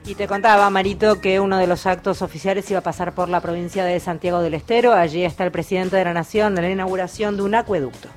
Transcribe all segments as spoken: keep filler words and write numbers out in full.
Y te contaba, Marito, que uno de los actos oficiales iba a pasar por la provincia de Santiago del Estero. Allí está el presidente de la Nación en la inauguración de un acueducto.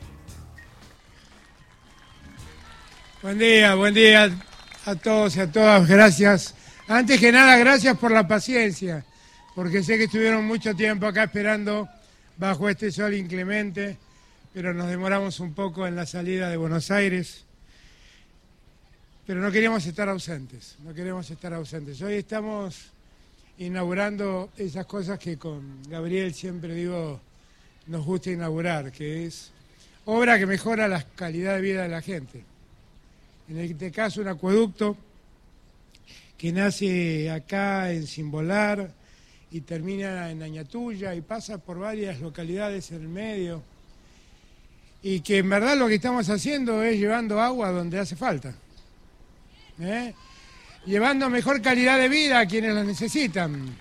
Buen día, buen día a todos y a todas. Gracias. Antes que nada, gracias por la paciencia, porque sé que estuvieron mucho tiempo acá esperando bajo este sol inclemente, pero nos demoramos un poco en la salida de Buenos Aires. Pero no queríamos estar ausentes, no queremos estar ausentes. Hoy estamos inaugurando esas cosas que con Gabriel siempre digo nos gusta inaugurar, que es obra que mejora la calidad de vida de la gente. En este caso un acueducto que nace acá en Cimbolar y termina en Añatuya y pasa por varias localidades en el medio, y que en verdad lo que estamos haciendo es llevando agua donde hace falta. ¿Eh? Llevando mejor calidad de vida a quienes la necesitan.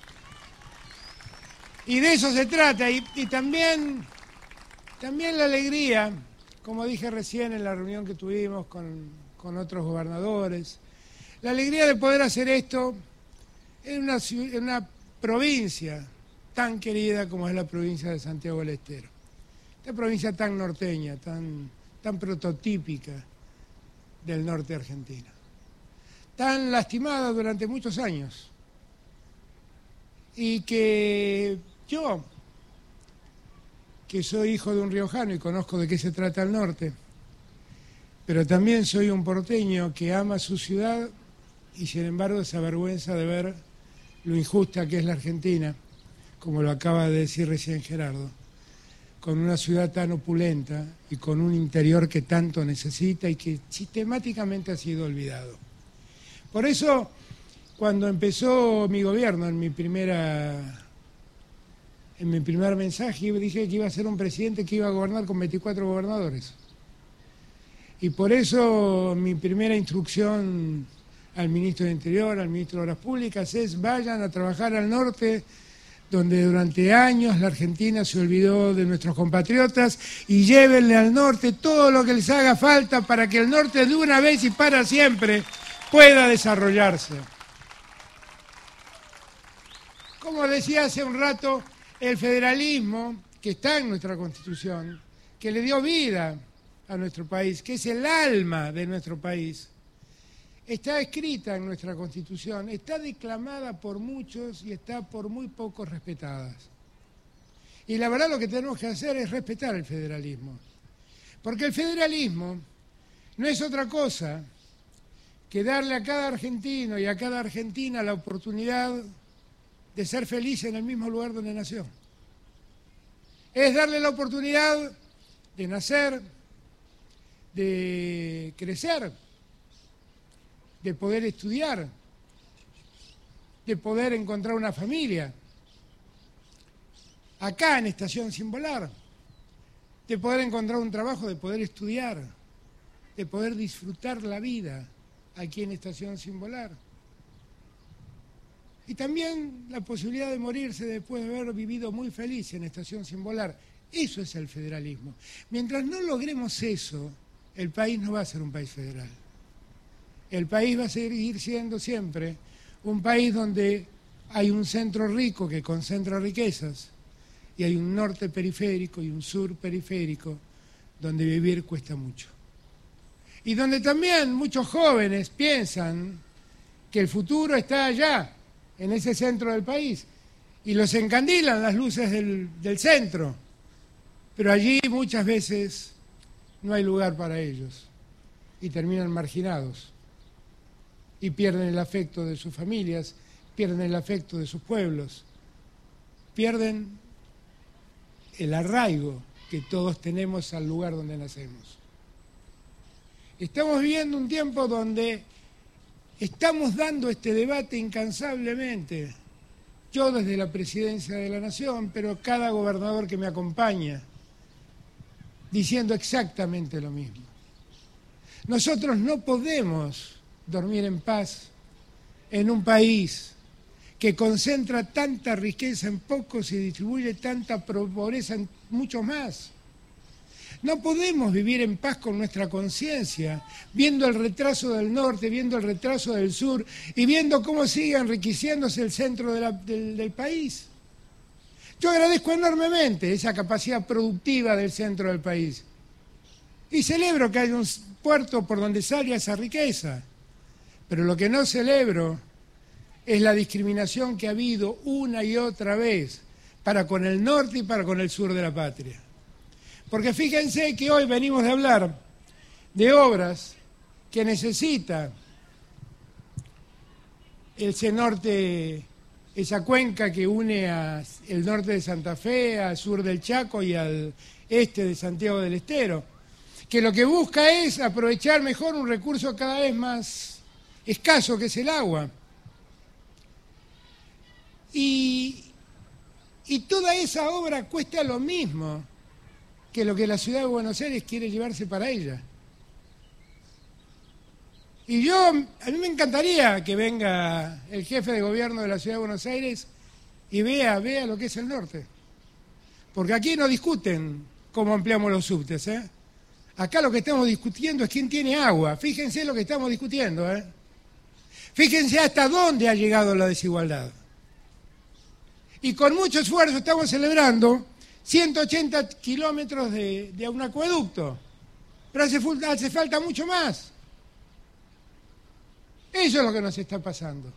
Y de eso se trata, y, y también, también la alegría, como dije recién en la reunión que tuvimos con, con otros gobernadores, la alegría de poder hacer esto en una, en una provincia tan querida como es la provincia de Santiago del Estero. Esta provincia tan norteña, tan, tan prototípica del norte argentino. Tan lastimada durante muchos años, y que yo, que soy hijo de un riojano y conozco de qué se trata el norte, pero también soy un porteño que ama su ciudad y sin embargo se avergüenza de ver lo injusta que es la Argentina, como lo acaba de decir recién Gerardo, con una ciudad tan opulenta y con un interior que tanto necesita y que sistemáticamente ha sido olvidado. Por eso, cuando empezó mi gobierno, en mi primera, en mi primer mensaje, dije que iba a ser un presidente que iba a gobernar con veinticuatro gobernadores. Y por eso mi primera instrucción al ministro de Interior, al ministro de Obras Públicas, es vayan a trabajar al norte, donde durante años la Argentina se olvidó de nuestros compatriotas, y llévenle al norte todo lo que les haga falta para que el norte de una vez y para siempre pueda desarrollarse. Como decía hace un rato, el federalismo que está en nuestra Constitución, que le dio vida a nuestro país, que es el alma de nuestro país, está escrita en nuestra Constitución, está declamada por muchos y está por muy pocos respetada. Y la verdad lo que tenemos que hacer es respetar el federalismo, porque el federalismo no es otra cosa que darle a cada argentino y a cada argentina la oportunidad de ser feliz en el mismo lugar donde nació. Es darle la oportunidad de nacer, de crecer, de poder estudiar, de poder encontrar una familia, acá en Estación Cimbolar, de poder encontrar un trabajo, de poder estudiar, de poder disfrutar la vida aquí en Estación Cimbolar. Y también la posibilidad de morirse después de haber vivido muy feliz en Estación Cimbolar. Eso es el federalismo. Mientras no logremos eso, el país no va a ser un país federal. El país va a seguir siendo siempre un país donde hay un centro rico que concentra riquezas y hay un norte periférico y un sur periférico donde vivir cuesta mucho. Y donde también muchos jóvenes piensan que el futuro está allá, en ese centro del país, y los encandilan las luces del, del centro, pero allí muchas veces no hay lugar para ellos y terminan marginados y pierden el afecto de sus familias, pierden el afecto de sus pueblos, pierden el arraigo que todos tenemos al lugar donde nacemos. Estamos viviendo un tiempo donde estamos dando este debate incansablemente, yo desde la Presidencia de la Nación, pero cada gobernador que me acompaña, diciendo exactamente lo mismo. Nosotros no podemos dormir en paz en un país que concentra tanta riqueza en pocos y distribuye tanta pobreza en muchos más, No podemos vivir en paz con nuestra conciencia, viendo el retraso del norte, viendo el retraso del sur y viendo cómo sigue enriqueciéndose el centro de la, del, del país. Yo agradezco enormemente esa capacidad productiva del centro del país y celebro que haya un puerto por donde salga esa riqueza, pero lo que no celebro es la discriminación que ha habido una y otra vez para con el norte y para con el sur de la patria. Porque fíjense que hoy venimos de hablar de obras que necesita ese norte, esa cuenca que une al norte de Santa Fe, al sur del Chaco y al este de Santiago del Estero, que lo que busca es aprovechar mejor un recurso cada vez más escaso que es el agua. Y, y toda esa obra cuesta lo mismo que lo que la ciudad de Buenos Aires quiere llevarse para ella. Y yo, a mí me encantaría que venga el jefe de gobierno de la ciudad de Buenos Aires y vea, vea lo que es el norte. Porque aquí no discuten cómo ampliamos los subtes, ¿eh? Acá lo que estamos discutiendo es quién tiene agua. Fíjense lo que estamos discutiendo, ¿eh? Fíjense hasta dónde ha llegado la desigualdad. Y con mucho esfuerzo estamos celebrando ciento ochenta kilómetros de, de un acueducto. Pero hace, hace falta mucho más. Eso es lo que nos está pasando.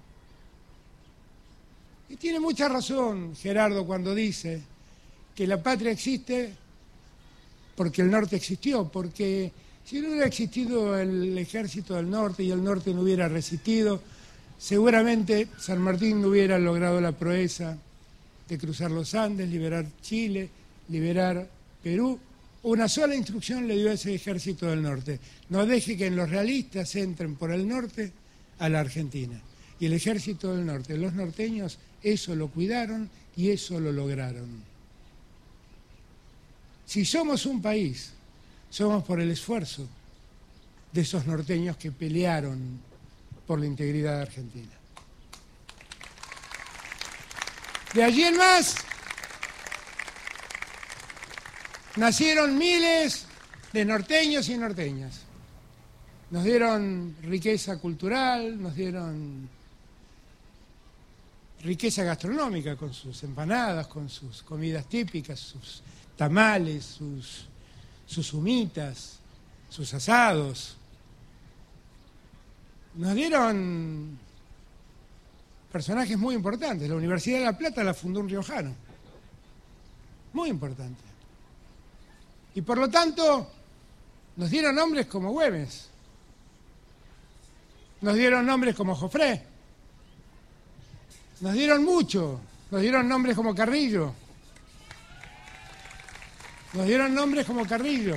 Y tiene mucha razón Gerardo cuando dice que la patria existe porque el norte existió, porque si no hubiera existido el ejército del norte y el norte no hubiera resistido, seguramente San Martín no hubiera logrado la proeza de cruzar los Andes, liberar Chile, liberar Perú. Una sola instrucción le dio a ese ejército del norte: no deje que en los realistas entren por el norte a la Argentina. Y el ejército del norte, los norteños, eso lo cuidaron y eso lo lograron. Si somos un país, somos por el esfuerzo de esos norteños que pelearon por la integridad de Argentina. De allí en más, nacieron miles de norteños y norteñas. Nos dieron riqueza cultural, nos dieron riqueza gastronómica con sus empanadas, con sus comidas típicas, sus tamales, sus, sus humitas, sus asados. Nos dieron personajes muy importantes. La Universidad de La Plata la fundó un riojano. Muy importante. Y por lo tanto, nos dieron nombres como Güemes. Nos dieron nombres como Jofré. Nos dieron mucho. Nos dieron nombres como Carrillo. Nos dieron nombres como Carrillo.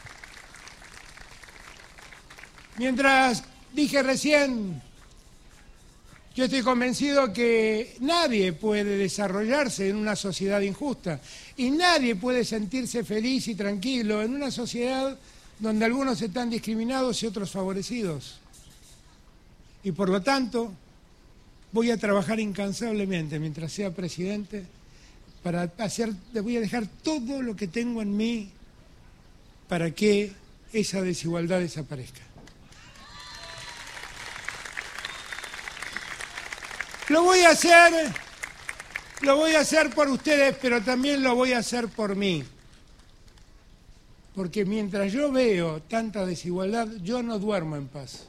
Mientras dije recién, yo estoy convencido que nadie puede desarrollarse en una sociedad injusta y nadie puede sentirse feliz y tranquilo en una sociedad donde algunos están discriminados y otros favorecidos. Y por lo tanto, voy a trabajar incansablemente mientras sea presidente para hacer, voy a dejar todo lo que tengo en mí para que esa desigualdad desaparezca. Lo voy a hacer, lo voy a hacer por ustedes, pero también lo voy a hacer por mí. Porque mientras yo veo tanta desigualdad, yo no duermo en paz.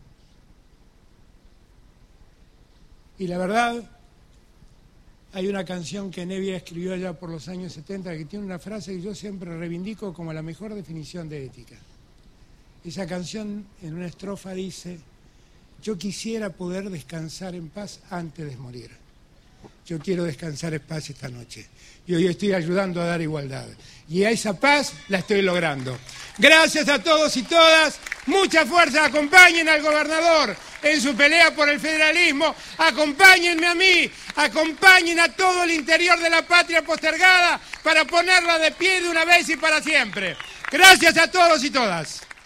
Y la verdad, hay una canción que Nevia escribió allá por los años setenta que tiene una frase que yo siempre reivindico como la mejor definición de ética. Esa canción en una estrofa dice: yo quisiera poder descansar en paz antes de morir. Yo quiero descansar en paz esta noche. Y hoy estoy ayudando a dar igualdad. Y a esa paz la estoy logrando. Gracias a todos y todas. Mucha fuerza. Acompañen al gobernador en su pelea por el federalismo. Acompáñenme a mí. Acompañen a todo el interior de la patria postergada para ponerla de pie de una vez y para siempre. Gracias a todos y todas.